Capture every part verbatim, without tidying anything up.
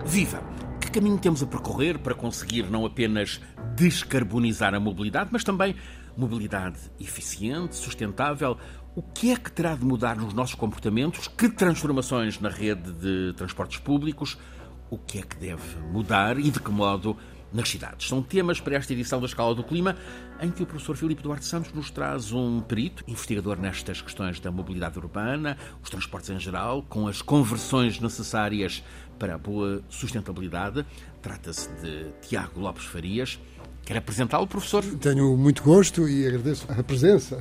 Viva! Que caminho temos a percorrer para conseguir não apenas descarbonizar a mobilidade, mas também mobilidade eficiente, sustentável? O que é que terá de mudar nos nossos comportamentos? Que transformações na rede de transportes públicos? O que é que deve mudar e de que modo nas cidades? São temas para esta edição da Escala do Clima, em que o professor Filipe Duarte Santos nos traz um perito, investigador nestas questões da mobilidade urbana, os transportes em geral, com as conversões necessárias para a boa sustentabilidade. Trata-se de Tiago Lopes Farias. Quer apresentá-lo, professor? Tenho muito gosto e agradeço a presença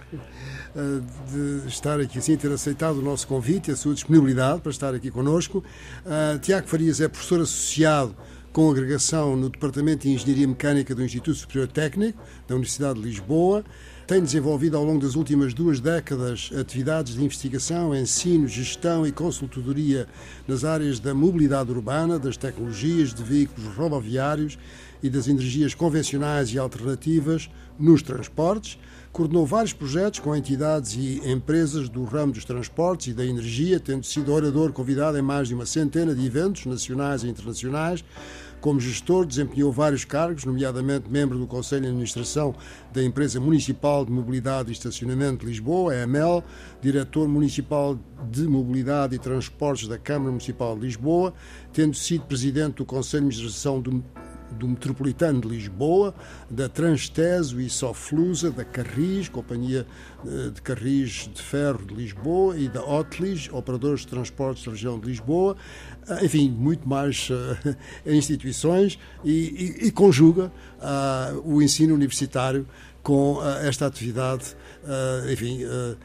de estar aqui assim, ter aceitado o nosso convite e a sua disponibilidade para estar aqui connosco. Uh, Tiago Farias é professor associado com agregação no Departamento de Engenharia Mecânica do Instituto Superior Técnico da Universidade de Lisboa. Tem desenvolvido ao longo das últimas duas décadas atividades de investigação, ensino, gestão e consultoria nas áreas da mobilidade urbana, das tecnologias de veículos rodoviários e das energias convencionais e alternativas nos transportes. Coordenou vários projetos com entidades e empresas do ramo dos transportes e da energia, tendo sido orador convidado em mais de uma centena de eventos nacionais e internacionais. Como gestor, desempenhou vários cargos, nomeadamente membro do Conselho de Administração da Empresa Municipal de Mobilidade e Estacionamento de Lisboa, a EMEL, diretor municipal de Mobilidade e Transportes da Câmara Municipal de Lisboa, tendo sido presidente do Conselho de Administração do do Metropolitano de Lisboa, da Transteso e Soflusa, da Carris, Companhia de Carris de Ferro de Lisboa, e da Otlis, Operadores de Transportes da Região de Lisboa, enfim, muito mais uh, instituições, e, e, e conjuga uh, o ensino universitário com uh, esta atividade, uh, enfim, uh,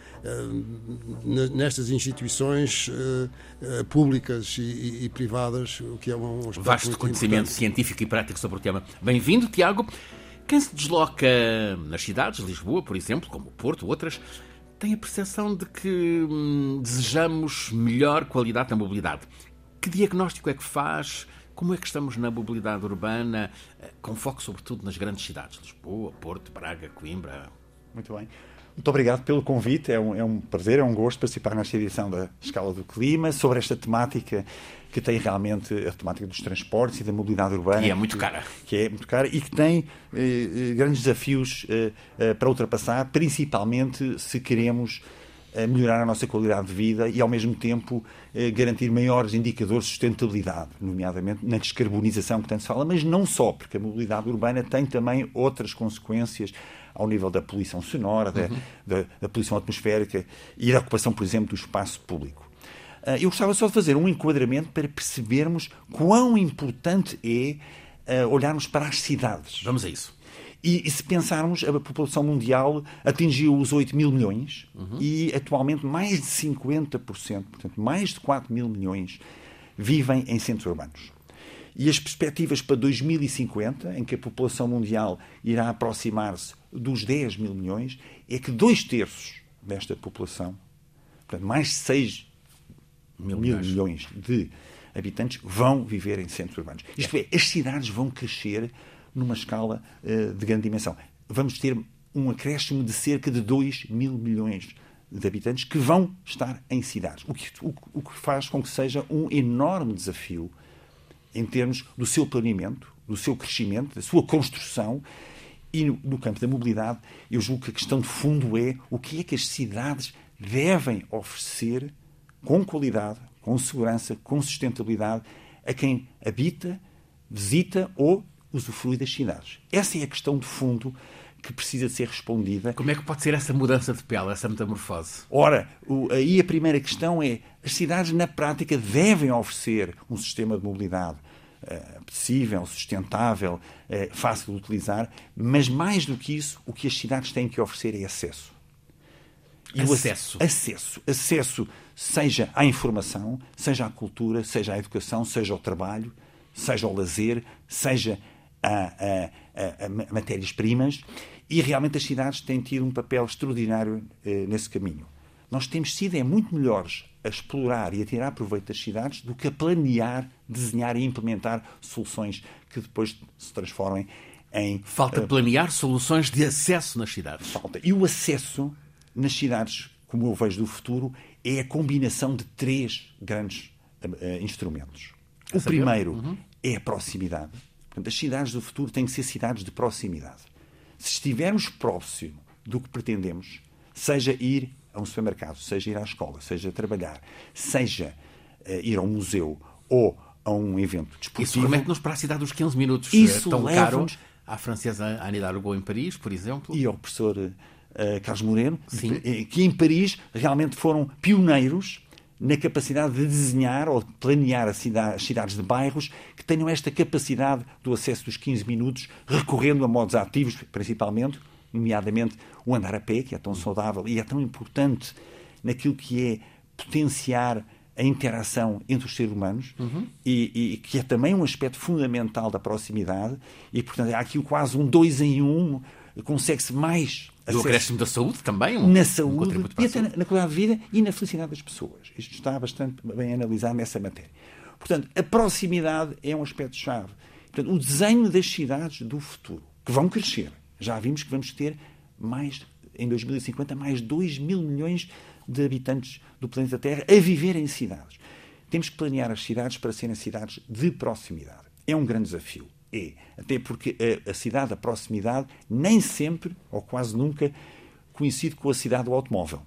uh, nestas instituições uh, uh, públicas e, e, e privadas, o que é um aspecto vasto conhecimento importante. Científico e prático sobre o tema. Bem-vindo, Tiago. Quem se desloca nas cidades, Lisboa, por exemplo, como o Porto, outras, tem a percepção de que hum, desejamos melhor qualidade na mobilidade. Que diagnóstico é que faz? Como é que estamos na mobilidade urbana, com foco sobretudo nas grandes cidades? Lisboa, Porto, Braga, Coimbra. Muito bem. Muito obrigado pelo convite. É um, é um prazer, é um gosto participar nesta edição da Escala do Clima, sobre esta temática que tem realmente a temática dos transportes e da mobilidade urbana. E é muito cara. Que, que é muito cara e que tem eh, grandes desafios eh, eh, para ultrapassar, principalmente se queremos a melhorar a nossa qualidade de vida e, ao mesmo tempo, eh, garantir maiores indicadores de sustentabilidade, nomeadamente na descarbonização que tanto se fala, mas não só, porque a mobilidade urbana tem também outras consequências ao nível da poluição sonora, da, uhum. da, da poluição atmosférica e da ocupação, por exemplo, do espaço público. Uh, eu gostava só de fazer um enquadramento para percebermos quão importante é uh, olharmos para as cidades. Vamos a isso. E, e se pensarmos, a população mundial atingiu os oito mil milhões uhum. e atualmente mais de cinquenta por cento, portanto mais de quatro mil milhões, vivem em centros urbanos. E as perspectivas para dois mil e cinquenta, em que a população mundial irá aproximar-se dos dez mil milhões, é que dois terços desta população, portanto mais de seis mil milhões de habitantes, vão viver em centros urbanos. Isto é, as cidades vão crescer numa escala uh, de grande dimensão. Vamos ter um acréscimo de cerca de dois mil milhões de habitantes que vão estar em cidades, o que, o, o que faz com que seja um enorme desafio em termos do seu planeamento, do seu crescimento, da sua construção. E no, no campo da mobilidade, eu julgo que a questão de fundo é o que é que as cidades devem oferecer com qualidade, com segurança, com sustentabilidade a quem habita, visita ou usufrui das cidades. Essa é a questão de fundo que precisa de ser respondida. Como é que pode ser essa mudança de pele, essa metamorfose? Ora, o, aí a primeira questão é, as cidades na prática devem oferecer um sistema de mobilidade uh, apetecível, sustentável, uh, fácil de utilizar, mas mais do que isso, o que as cidades têm que oferecer é acesso. E acesso. O acesso. Acesso, seja à informação, seja à cultura, seja à educação, seja ao trabalho, seja ao lazer, seja a, a, a, a matérias-primas, e realmente as cidades têm tido um papel extraordinário eh, nesse caminho. Nós temos sido é, muito melhores a explorar e a tirar proveito das cidades do que a planear, desenhar e implementar soluções que depois se transformem em... Falta uh, planear soluções de acesso nas cidades. Falta. E o acesso nas cidades, como eu vejo do futuro, é a combinação de três grandes uh, instrumentos. O primeiro uhum. é a proximidade. Portanto, as cidades do futuro têm que ser cidades de proximidade. Se estivermos próximo do que pretendemos, seja ir a um supermercado, seja ir à escola, seja trabalhar, seja uh, ir a um museu ou a um evento desportivo... Isso remete-nos para a cidade dos quinze minutos. Isso tão caro à francesa Anne Hidalgo em Paris, por exemplo. E ao professor uh, Carlos Moreno, Sim. que em Paris realmente foram pioneiros na capacidade de desenhar ou de planear a cidade, as cidades de bairros que tenham esta capacidade do acesso dos quinze minutos, recorrendo a modos ativos, principalmente, nomeadamente o andar a pé, que é tão saudável e é tão importante naquilo que é potenciar a interação entre os seres humanos uhum. e, e que é também um aspecto fundamental da proximidade e, portanto, há aqui quase um dois em um, consegue-se mais e o acréscimo da saúde também? Um, na saúde, um e até na, na qualidade de vida e na felicidade das pessoas. Isto está bastante bem analisado nessa matéria. Portanto, a proximidade é um aspecto-chave. Portanto, o desenho das cidades do futuro, que vão crescer. Já vimos que vamos ter mais, em dois mil e cinquenta, mais dois mil milhões de habitantes do planeta Terra a viver em cidades. Temos que planear as cidades para serem cidades de proximidade. É um grande desafio. É. Até porque a, a cidade da proximidade nem sempre, ou quase nunca, coincide com a cidade do automóvel.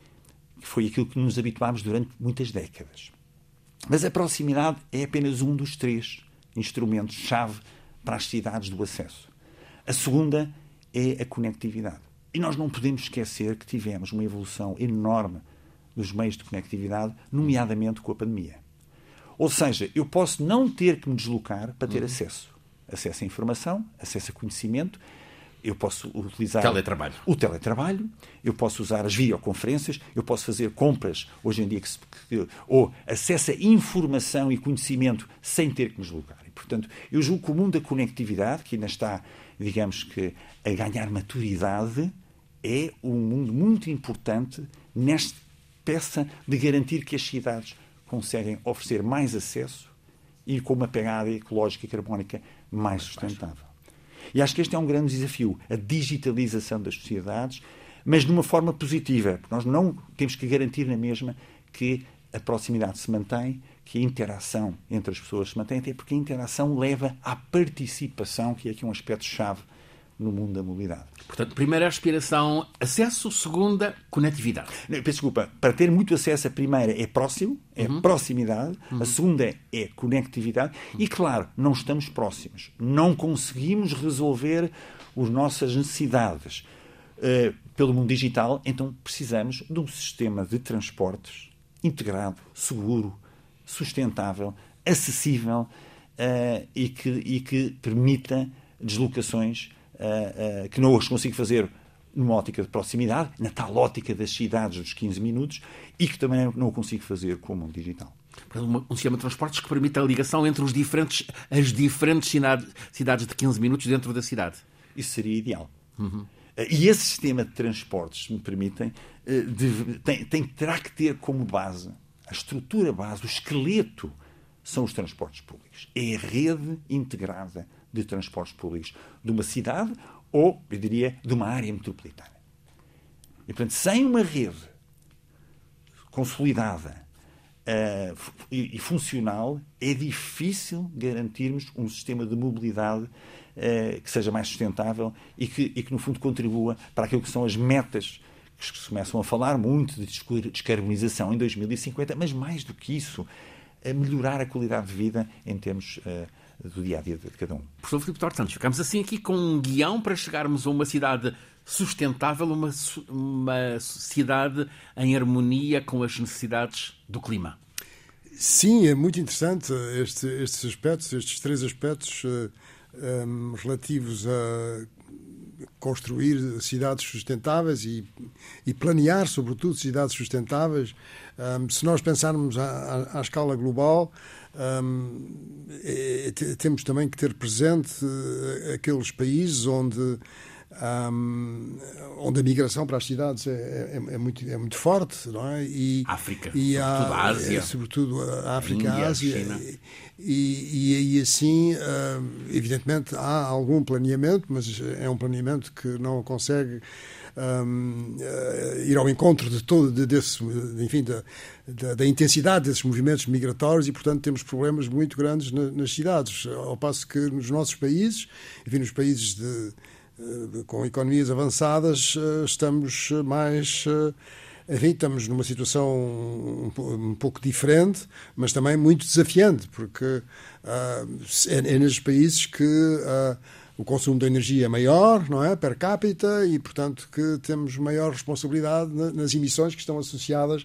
Que foi aquilo que nos habituámos durante muitas décadas. Mas a proximidade é apenas um dos três instrumentos-chave para as cidades do acesso. A segunda é a conectividade. E nós não podemos esquecer que tivemos uma evolução enorme dos meios de conectividade, nomeadamente com a pandemia. Ou seja, eu posso não ter que me deslocar para ter uhum. acesso. Acesso à informação, acesso a conhecimento, eu posso utilizar teletrabalho. o teletrabalho, eu posso usar as videoconferências, eu posso fazer compras, hoje em dia, que se, que, ou acesso a informação e conhecimento sem ter que me deslocar. E, portanto, eu julgo que o mundo da conectividade, que ainda está, digamos que, a ganhar maturidade, é um mundo muito importante nesta peça de garantir que as cidades conseguem oferecer mais acesso e com uma pegada ecológica e carbónica mais sustentável. E acho que este é um grande desafio, a digitalização das sociedades, mas de uma forma positiva, porque nós não temos que garantir na mesma que a proximidade se mantém, que a interação entre as pessoas se mantém, até porque a interação leva à participação, que é aqui um aspecto-chave no mundo da mobilidade. Portanto, primeira aspiração, acesso, segunda, conectividade. Não, peço desculpa, para ter muito acesso, a primeira é próximo, é uhum. proximidade, uhum. a segunda é conectividade uhum. e, claro, não estamos próximos. Não conseguimos resolver as nossas necessidades uh, pelo mundo digital, então precisamos de um sistema de transportes integrado, seguro, sustentável, acessível uh, e, que, e que permita deslocações Uh, uh, que não os consigo fazer numa ótica de proximidade, na tal ótica das cidades dos quinze minutos, e que também não o consigo fazer com o mundo digital. Um sistema de transportes que permita a ligação entre os diferentes, as diferentes cidades, cidades de quinze minutos dentro da cidade. Isso seria ideal. Uhum. Uh, e esse sistema de transportes, se me permitem, uh, deve, tem, tem, terá que ter como base, a estrutura base, o esqueleto, são os transportes públicos. É a rede integrada de transportes públicos de uma cidade ou, eu diria, de uma área metropolitana. E, portanto, sem uma rede consolidada uh, e, e funcional, é difícil garantirmos um sistema de mobilidade uh, que seja mais sustentável e que, e que, no fundo, contribua para aquilo que são as metas que se começam a falar muito de descarbonização em dois mil e cinquenta, mas, mais do que isso, a melhorar a qualidade de vida em termos uh, do dia-a-dia de cada um. Professor Filipe Duarte Santos, ficamos assim aqui com um guião para chegarmos a uma cidade sustentável, uma, uma cidade em harmonia com as necessidades do clima. Sim, é muito interessante este, estes aspectos, estes três aspectos uh, um, relativos a construir cidades sustentáveis e, e planear, sobretudo, cidades sustentáveis. Um, se nós pensarmos à, à, à escala global, um, é, temos também que ter presente aqueles países onde, um, onde a migração para as cidades é, é, é, muito, é muito forte, não é? E, África, e sobretudo há, a Ásia. É, sobretudo a África, a Índia, a Ásia. A China. E, e, e assim, evidentemente, há algum planeamento, mas é um planeamento que não consegue um, uh, ir ao encontro de todo, de, desse, enfim, da, da, da intensidade desses movimentos migratórios e, portanto, temos problemas muito grandes na, nas cidades, ao passo que nos nossos países, enfim, nos países de, uh, com economias avançadas, uh, estamos mais... Uh, Enfim, estamos numa situação um, um pouco diferente, mas também muito desafiante, porque uh, é, é nos países que uh, o consumo de energia é maior, não é, per capita, e, portanto, que temos maior responsabilidade na, nas emissões que estão associadas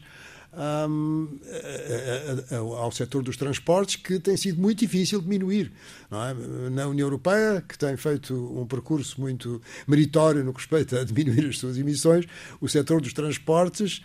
Um, a, a, a, ao setor dos transportes, que tem sido muito difícil diminuir, não é? Na União Europeia, que tem feito um percurso muito meritório no que respeita a diminuir as suas emissões, o setor dos transportes,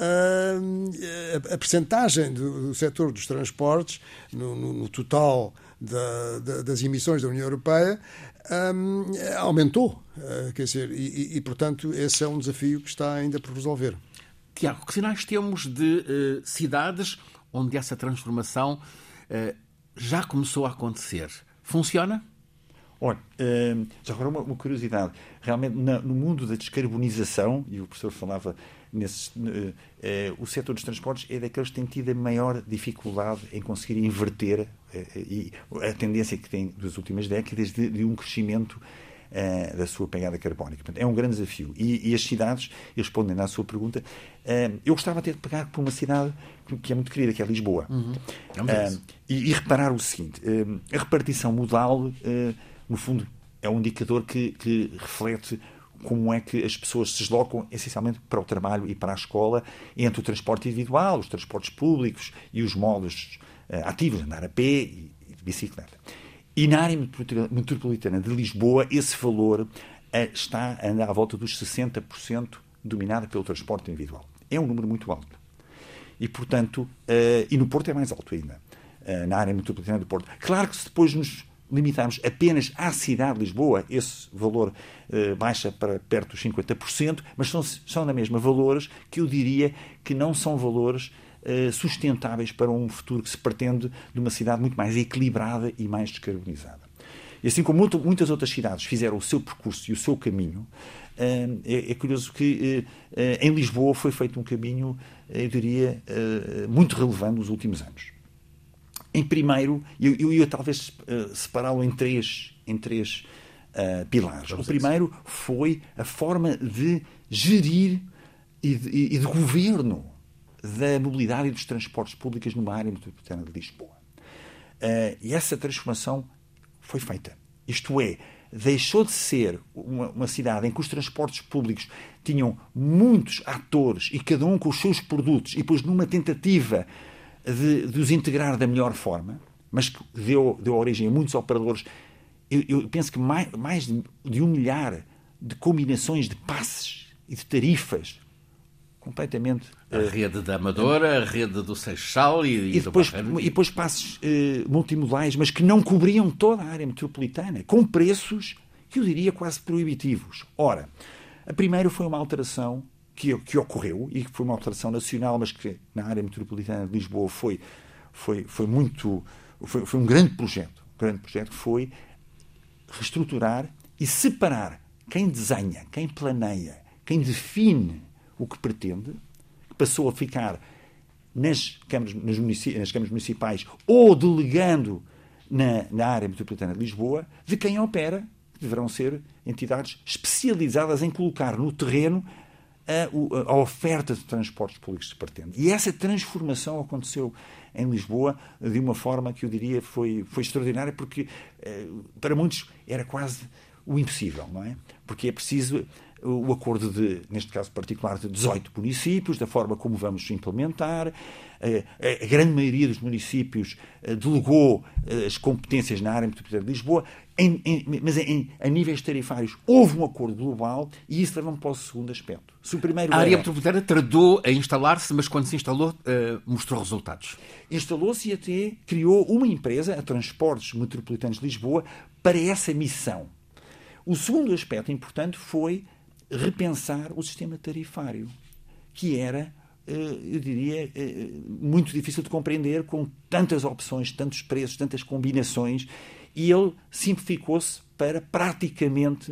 um, a, a percentagem do, do setor dos transportes no, no, no total da, da, das emissões da União Europeia um, aumentou, uh, quer dizer, e, e, e, portanto, esse é um desafio que está ainda por resolver. Tiago, que sinais temos de uh, cidades onde essa transformação uh, já começou a acontecer? Funciona? Olha, uh, já agora uma, uma curiosidade. Realmente, na, no mundo da descarbonização, e o professor falava nesses, uh, uh, o setor dos transportes é daqueles que tem tido a maior dificuldade em conseguir inverter uh, e a tendência que tem das últimas décadas de, de um crescimento Uh, da sua pegada carbónica. Portanto, é um grande desafio. E, e as cidades, respondendo à sua pergunta, uh, eu gostava até de pegar por uma cidade que é muito querida, que é Lisboa. Uhum. Uh, e, e reparar o seguinte, uh, a repartição modal, uh, no fundo, é um indicador que, que reflete como é que as pessoas se deslocam essencialmente para o trabalho e para a escola, entre o transporte individual, os transportes públicos e os modos uh, ativos, andar a pé e, e de bicicleta. E na área metropolitana de Lisboa, esse valor uh, está a andar à volta dos sessenta por cento dominado pelo transporte individual. É um número muito alto. E, portanto, uh, e no Porto é mais alto ainda, uh, na área metropolitana do Porto. Claro que se depois nos limitarmos apenas à cidade de Lisboa, esse valor uh, baixa para perto dos cinquenta por cento, mas são, são na mesma valores que eu diria que não são valores sustentáveis para um futuro que se pretende de uma cidade muito mais equilibrada e mais descarbonizada. E assim como muitas outras cidades fizeram o seu percurso e o seu caminho, é curioso que em Lisboa foi feito um caminho, eu diria, muito relevante nos últimos anos. Em primeiro, eu ia talvez separá-lo em três, em três pilares. O primeiro foi a forma de gerir e de, e de governo da mobilidade e dos transportes públicos numa área metropolitana de Lisboa. Uh, e essa transformação foi feita. Isto é, deixou de ser uma, uma cidade em que os transportes públicos tinham muitos atores e cada um com os seus produtos, e depois numa tentativa de, de os integrar da melhor forma, mas que deu, deu origem a muitos operadores. Eu, eu penso que mais, mais de, de um milhar de combinações de passes e de tarifas completamente... A rede da Amadora, a rede do Seixal e, e, depois, do e depois passos uh, multimodais, mas que não cobriam toda a área metropolitana, com preços que eu diria quase proibitivos. Ora, a primeira foi uma alteração que, que ocorreu, e que foi uma alteração nacional, mas que na área metropolitana de Lisboa foi, foi, foi muito... Foi, foi um grande projeto. Um grande projeto que foi reestruturar e separar quem desenha, quem planeia, quem define o que pretende, passou a ficar nas câmaras, nas munici- nas câmaras municipais ou delegando na, na área metropolitana de Lisboa, de quem opera, que deverão ser entidades especializadas em colocar no terreno a, a oferta de transportes públicos que se pretende. E essa transformação aconteceu em Lisboa de uma forma que eu diria foi, foi extraordinária, porque para muitos era quase o impossível, não é? Porque é preciso o acordo de, neste caso particular, de dezoito municípios, da forma como vamos implementar. A grande maioria dos municípios delegou as competências na área metropolitana de Lisboa, em, em, mas em, a níveis tarifários houve um acordo global, e isso leva-me para o segundo aspecto. Se o primeiro a área era, metropolitana tardou a instalar-se, mas quando se instalou, uh, mostrou resultados. Instalou-se e até criou uma empresa, a Transportes Metropolitanos de Lisboa, para essa missão. O segundo aspecto importante foi repensar o sistema tarifário, que era, eu diria, muito difícil de compreender, com tantas opções, tantos preços, tantas combinações, e ele simplificou-se para praticamente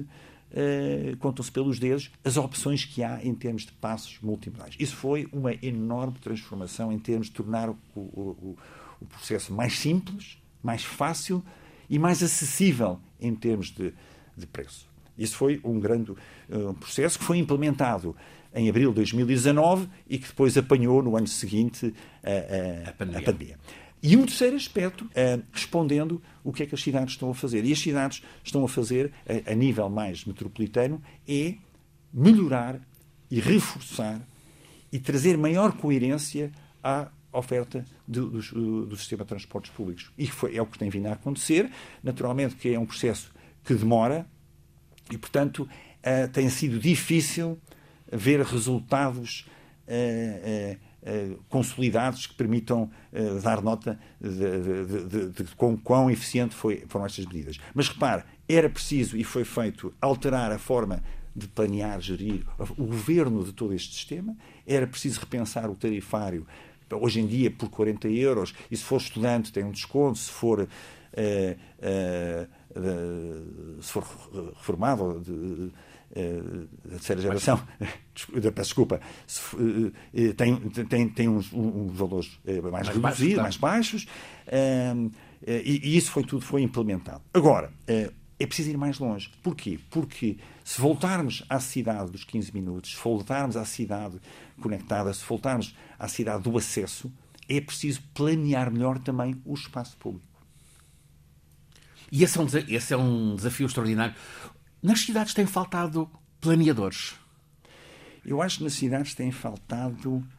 uh, contam-se pelos dedos as opções que há em termos de passos multimodais. Isso foi uma enorme transformação em termos de tornar o, o, o, o processo mais simples, mais fácil e mais acessível em termos de, de preço. Isso foi um grande uh, processo que foi implementado em abril de dois mil e dezanove e que depois apanhou no ano seguinte a, a, a, pandemia. a pandemia. E um terceiro aspecto, uh, respondendo o que é que as cidades estão a fazer. E as cidades estão a fazer, a, a nível mais metropolitano, é melhorar e reforçar e trazer maior coerência à oferta do, do, do sistema de transportes públicos. E foi, é o que tem vindo a acontecer. Naturalmente que é um processo que demora e, portanto, uh, tem sido difícil ver resultados uh, uh, uh, consolidados que permitam uh, dar nota de, de, de, de, de quão, quão eficiente foi, foram estas medidas. Mas repare, era preciso e foi feito alterar a forma de planear, gerir o governo de todo este sistema, era preciso repensar o tarifário, hoje em dia por quarenta euros, e se for estudante tem um desconto, se for, uh, uh, uh, se for reformado de, da terceira geração, peço desculpa, tem, tem, tem uns, uns valores mais, mais reduzidos, baixos, tá? mais baixos, um, e, e isso foi tudo foi implementado. Agora, é preciso ir mais longe. Porquê? Porque se voltarmos à cidade dos quinze minutos, se voltarmos à cidade conectada, se voltarmos à cidade do acesso, é preciso planear melhor também o espaço público. E esse é um, esse é um desafio extraordinário. Nas cidades tem faltado planeadores? Eu acho que nas cidades tem faltado uh,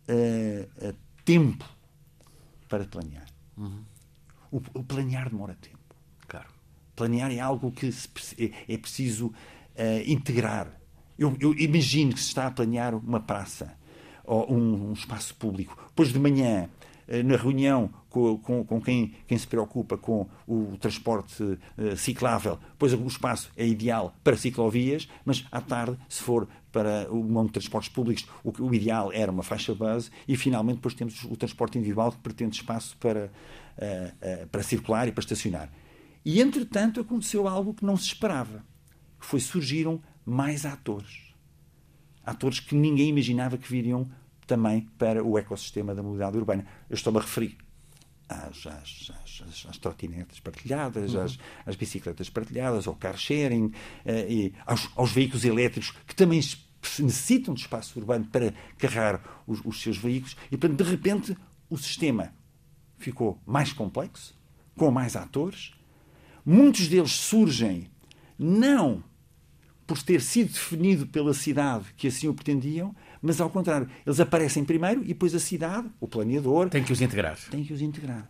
uh, tempo para planear. Uhum. O, o planear demora tempo. Claro. Planear é algo que se, é, é preciso uh, integrar. Eu, eu imagino que se está a planear uma praça ou um, um espaço público. Depois de manhã, uh, na reunião com, com, com quem, quem se preocupa com o transporte uh, ciclável, pois o espaço é ideal para ciclovias, mas à tarde, se for para o mundo de transportes públicos, o, o ideal era uma faixa base e finalmente depois temos o transporte individual que pretende espaço para, uh, uh, para circular e para estacionar. E, entretanto, aconteceu algo que não se esperava. Foi surgiram mais atores. Atores que ninguém imaginava que viriam também para o ecossistema da mobilidade urbana. Eu estou-me a referir às, às, às, às trotinetas partilhadas, uhum. às, às bicicletas partilhadas, ao car sharing, eh, e aos, aos veículos elétricos que também necessitam de espaço urbano para carregar os, os seus veículos. E, portanto, de repente, o sistema ficou mais complexo, com mais atores. Muitos deles surgem não por ter sido definido pela cidade que assim o pretendiam, mas ao contrário, eles aparecem primeiro e depois a cidade, o planeador... Tem que os integrar. Tem que os integrar.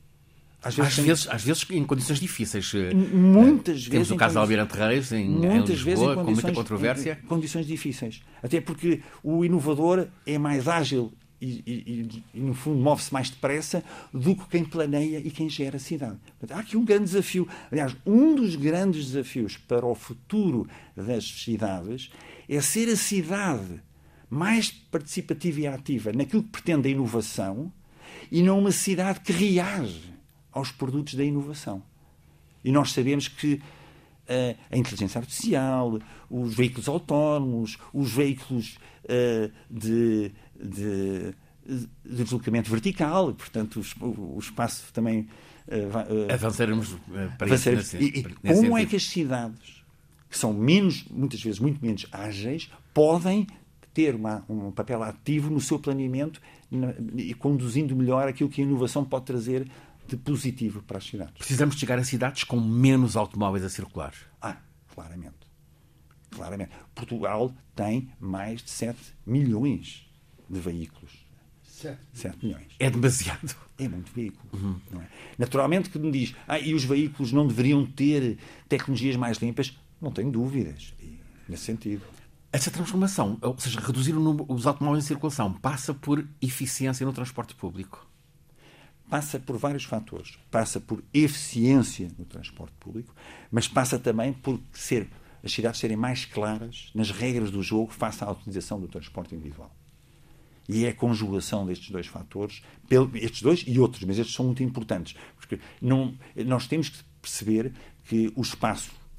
Às vezes, às, tem... vezes, às vezes em condições difíceis. Muitas vezes. Temos o caso de Almirante Reis, em, em Lisboa, com muita controvérsia. Em condições difíceis. Até porque o inovador é mais ágil e, e, e no fundo, move-se mais depressa do que quem planeia e quem gera a cidade. Portanto, há aqui um grande desafio. Aliás, um dos grandes desafios para o futuro das cidades é ser a cidade mais participativa e ativa naquilo que pretende a inovação e não uma cidade que reage aos produtos da inovação. E nós sabemos que uh, a inteligência artificial, os veículos autónomos, os veículos uh, de, de, de deslocamento vertical, portanto, o, o espaço também... Uh, vai, uh, avançaremos uh, para avançaremos. Esse, e, e como sentido. É que as cidades, que são menos, muitas vezes muito menos ágeis, podem ter uma, um papel ativo no seu planeamento na, e conduzindo melhor aquilo que a inovação pode trazer de positivo para as cidades. Precisamos de chegar a cidades com menos automóveis a circular. Ah, claramente. Claramente. Portugal tem mais de sete milhões de veículos. sete milhões. É demasiado. É muito veículo. Uhum. Não é? Naturalmente que me diz, ah, e os veículos não deveriam ter tecnologias mais limpas? Não tenho dúvidas nesse sentido. Essa transformação, ou seja, reduzir o número, os automóveis em circulação, passa por eficiência no transporte público? Passa por vários fatores. Passa por eficiência no transporte público, mas passa também por ser, as cidades serem mais claras nas regras do jogo face à utilização do transporte individual. E é a conjugação destes dois fatores, estes dois e outros, mas estes são muito importantes, porque não, nós temos que perceber que o espaço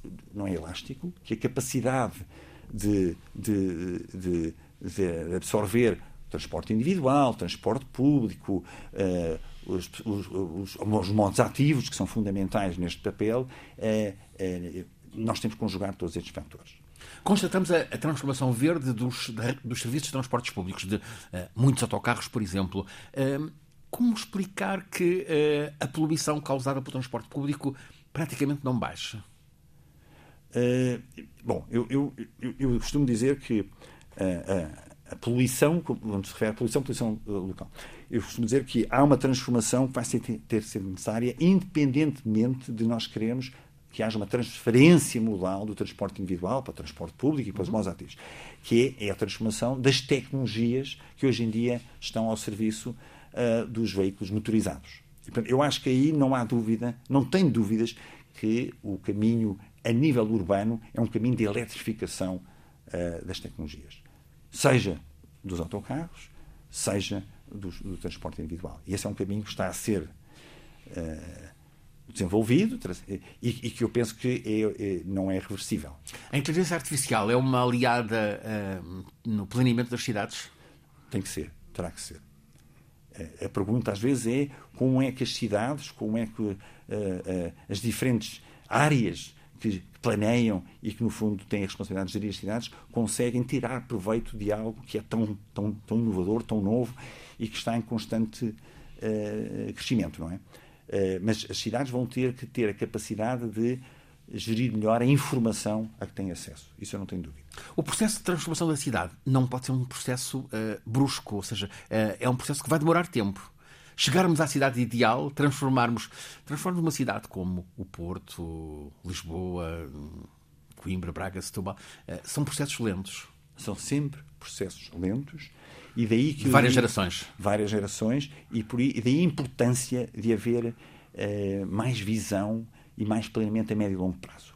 não é elástico, que a capacidade de, de, de, de absorver transporte individual, transporte público, uh, os, os, os, os modos ativos que são fundamentais neste papel, uh, uh, nós temos que conjugar todos estes fatores. Constatamos a, a transformação verde dos, dos serviços de transportes públicos, de uh, muitos autocarros, por exemplo. Uh, como explicar que uh, a poluição causada pelo transporte público praticamente não baixa? Uh, bom, eu, eu, eu, eu costumo dizer que uh, uh, a poluição, quando se refere à poluição, poluição local, eu costumo dizer que há uma transformação que vai ser, ter de ser necessária, independentemente de nós queremos que haja uma transferência modal do transporte individual para o transporte público e para os modos ativos, que é, é a transformação das tecnologias que hoje em dia estão ao serviço uh, dos veículos motorizados. E, portanto, eu acho que aí não há dúvida, não tenho dúvidas que o caminho a nível urbano é um caminho de eletrificação uh, das tecnologias. Seja dos autocarros, seja do, do transporte individual. E esse é um caminho que está a ser uh, desenvolvido e, e que eu penso que é, é, não é reversível. A inteligência artificial é uma aliada uh, no planeamento das cidades? Tem que ser, terá que ser. A, a pergunta às vezes é como é que as cidades, como é que uh, uh, as diferentes áreas que planeiam e que, no fundo, têm a responsabilidade de gerir as cidades, conseguem tirar proveito de algo que é tão, tão, tão inovador, tão novo e que está em constante uh, crescimento, não é? Uh, mas as cidades vão ter que ter a capacidade de gerir melhor a informação a que têm acesso. Isso eu não tenho dúvida. O processo de transformação da cidade não pode ser um processo uh, brusco, ou seja, uh, é um processo que vai demorar tempo. Chegarmos à cidade ideal, transformarmos, transformarmos uma cidade como o Porto, Lisboa, Coimbra, Braga, Setúbal, são processos lentos. São sempre processos lentos e daí que várias digo, gerações. Várias gerações e, por, e daí a importância de haver uh, mais visão e mais planeamento a médio e longo prazo.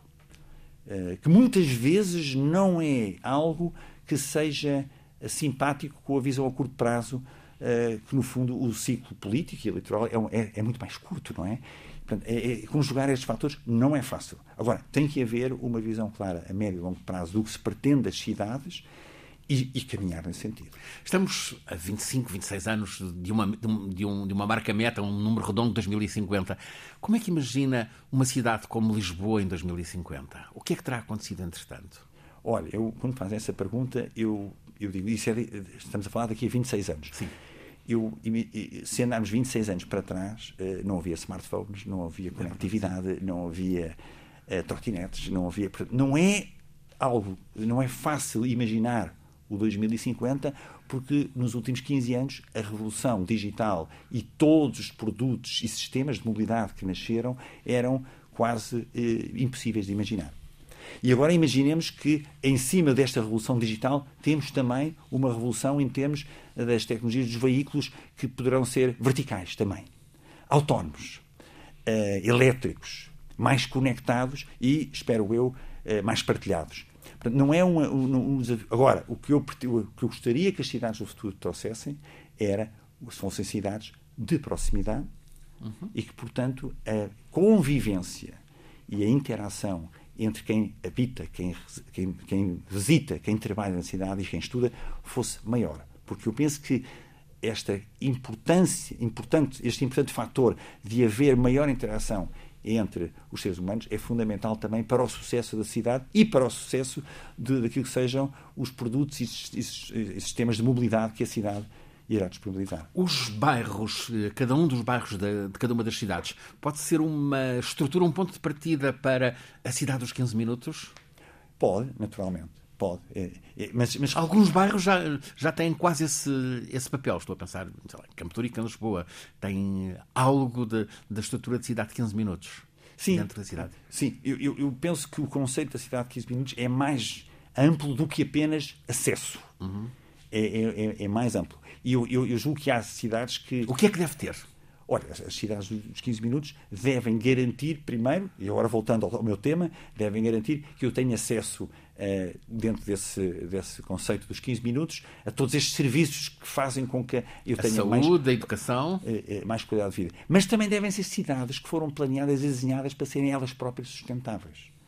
Uh, que muitas vezes não é algo que seja simpático com a visão a curto prazo. Uh, que, no fundo, o ciclo político e eleitoral é, é, é muito mais curto, não é? Portanto, é, é, conjugar estes fatores não é fácil. Agora, tem que haver uma visão clara a médio e longo prazo do que se pretende das cidades e, e caminhar nesse sentido. Estamos a vinte e cinco, vinte e seis anos de uma, de, um, de uma marca-meta, um número redondo de dois mil e cinquenta. Como é que imagina uma cidade como Lisboa em dois mil e cinquenta? O que é que terá acontecido entretanto? Olha, eu, quando fazem essa pergunta, eu, eu digo, isso é, estamos a falar daqui a vinte e seis anos. Sim. Eu, se andarmos vinte e seis anos para trás, não havia smartphones, não havia conectividade, não havia uh, trotinetes, não havia... Não é algo, não é fácil imaginar o dois mil e cinquenta, porque nos últimos quinze anos a revolução digital e todos os produtos e sistemas de mobilidade que nasceram eram quase uh, impossíveis de imaginar. E agora imaginemos que, em cima desta revolução digital, temos também uma revolução em termos das tecnologias dos veículos que poderão ser verticais também. Autónomos, uh, elétricos, mais conectados e, espero eu, uh, mais partilhados. Portanto, não é uma, um, um desafio. Agora, o que, eu, o que eu gostaria que as cidades do futuro trouxessem era, fossem cidades de proximidade uhum. e que, portanto, a convivência e a interação entre quem habita, quem, quem, quem visita, quem trabalha na cidade e quem estuda, fosse maior. Porque eu penso que esta importância, importante, este importante fator de haver maior interação entre os seres humanos é fundamental também para o sucesso da cidade e para o sucesso de, daquilo que sejam os produtos e, e, e sistemas de mobilidade que a cidade irá disponibilizar. Os bairros, cada um dos bairros de, de cada uma das cidades, pode ser uma estrutura, um ponto de partida para a cidade dos quinze minutos? Pode, naturalmente. Pode. É, é, mas, mas... Alguns bairros já, já têm quase esse, esse papel. Estou a pensar, sei lá, Campo Torico, em Lisboa, tem algo de, da estrutura de cidade de quinze minutos sim, dentro da cidade. Sim, eu, eu, eu penso que o conceito da cidade de quinze minutos é mais amplo do que apenas acesso. Uhum. É, é, é mais amplo. E eu, eu, eu julgo que há cidades que... O que é que deve ter? Olha, as cidades dos quinze minutos devem garantir, primeiro, e agora voltando ao meu tema, devem garantir que eu tenha acesso, uh, dentro desse, desse conceito dos quinze minutos, a todos estes serviços que fazem com que eu a tenha saúde, mais... a educação... Uh, uh, mais qualidade de vida. Mas também devem ser cidades que foram planeadas e desenhadas para serem elas próprias sustentáveis.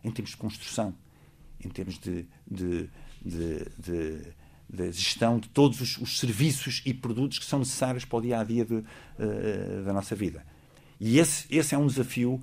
em termos de construção, em termos de, de, de, de, de gestão de todos os, os serviços e produtos que são necessários para o dia-a-dia de, uh, da nossa vida. E esse, esse é um desafio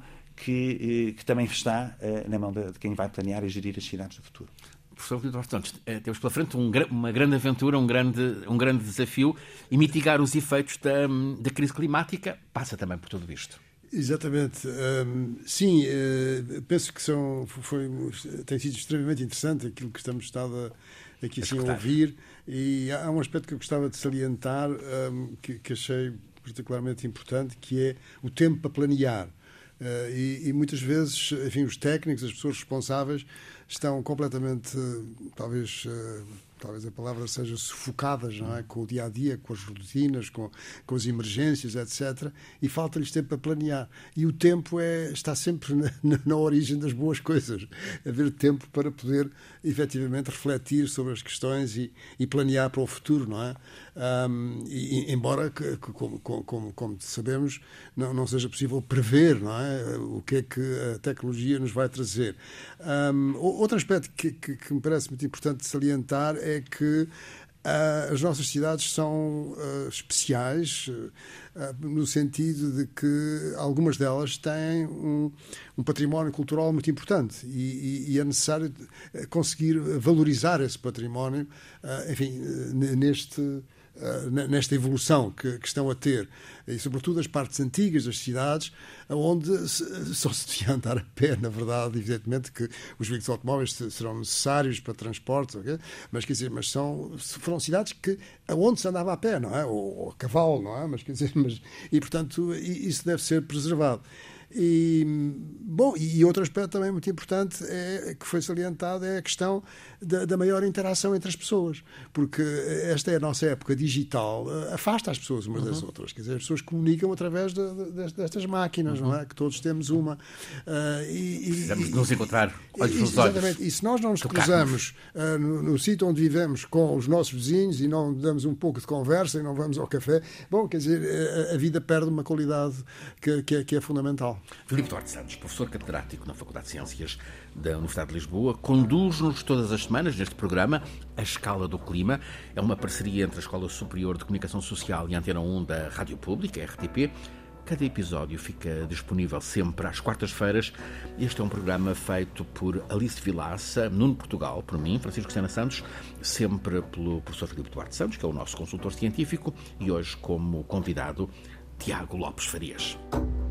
que, que também está uh, na mão de, de quem vai planear e gerir as cidades do futuro. Professor Filipe Duarte Santos, temos pela frente um, uma grande aventura, um grande, um grande desafio, e mitigar os efeitos da, da crise climática passa também por tudo isto. Exatamente. Um, sim, uh, penso que são, foi, tem sido extremamente interessante aquilo que estamos estado a, aqui assim, a ouvir, e há um aspecto que eu gostava de salientar, um, que, que achei particularmente importante, que é o tempo para planear. Uh, e, e muitas vezes, enfim, os técnicos, as pessoas responsáveis, estão completamente, talvez, talvez a palavra seja sufocadas, não é? Com o dia-a-dia, com as rotinas, com, com as emergências, etcétera. E falta-lhes tempo para planear. E o tempo é, está sempre na, na origem das boas coisas. Haver tempo para poder, efetivamente, refletir sobre as questões e, e planear para o futuro, não é? Um, e, embora, que, como, como, como sabemos, não, não seja possível prever, não é? O que é que a tecnologia nos vai trazer. Um, outro aspecto que, que, que me parece muito importante salientar é que uh, as nossas cidades são uh, especiais uh, no sentido de que algumas delas têm um, um património cultural muito importante e, e, e é necessário conseguir valorizar esse património, uh, enfim, neste... nesta evolução que, que estão a ter, e sobretudo as partes antigas das cidades, onde se, só se devia andar a pé, na verdade. Evidentemente que os veículos automóveis serão necessários para transportes, okay? mas quer dizer, mas são, foram cidades que, onde se andava a pé, não é? Ou, ou a cavalo, não é? Mas, quer dizer, mas, e portanto isso deve ser preservado. E, bom, e outro aspecto também muito importante é, que foi salientado é a questão da, da maior interação entre as pessoas, porque esta é a nossa época digital, afasta as pessoas umas das uhum. outras, quer dizer, as pessoas comunicam através de, de, destas máquinas, uhum. não é? Que todos temos uma. Uh, e, Precisamos de nos encontrar olhos nos olhos. Exatamente, e se nós não nos cruzamos uh, no, no sítio onde vivemos com os nossos vizinhos e não damos um pouco de conversa e não vamos ao café, bom, quer dizer, a, a vida perde uma qualidade que, que, é, que é fundamental. Filipe Duarte Santos, professor catedrático na Faculdade de Ciências da Universidade de Lisboa, conduz-nos todas as semanas neste programa A Escala do Clima. É uma parceria entre a Escola Superior de Comunicação Social e a Antena um da Rádio Pública, R T P. Cada episódio fica disponível sempre às quartas-feiras. Este é um programa feito por Alice Vilaça, Nuno Portugal, por mim, Francisco Sena Santos, sempre pelo professor Filipe Duarte Santos, que é o nosso consultor científico, e hoje como convidado Tiago Lopes Farias.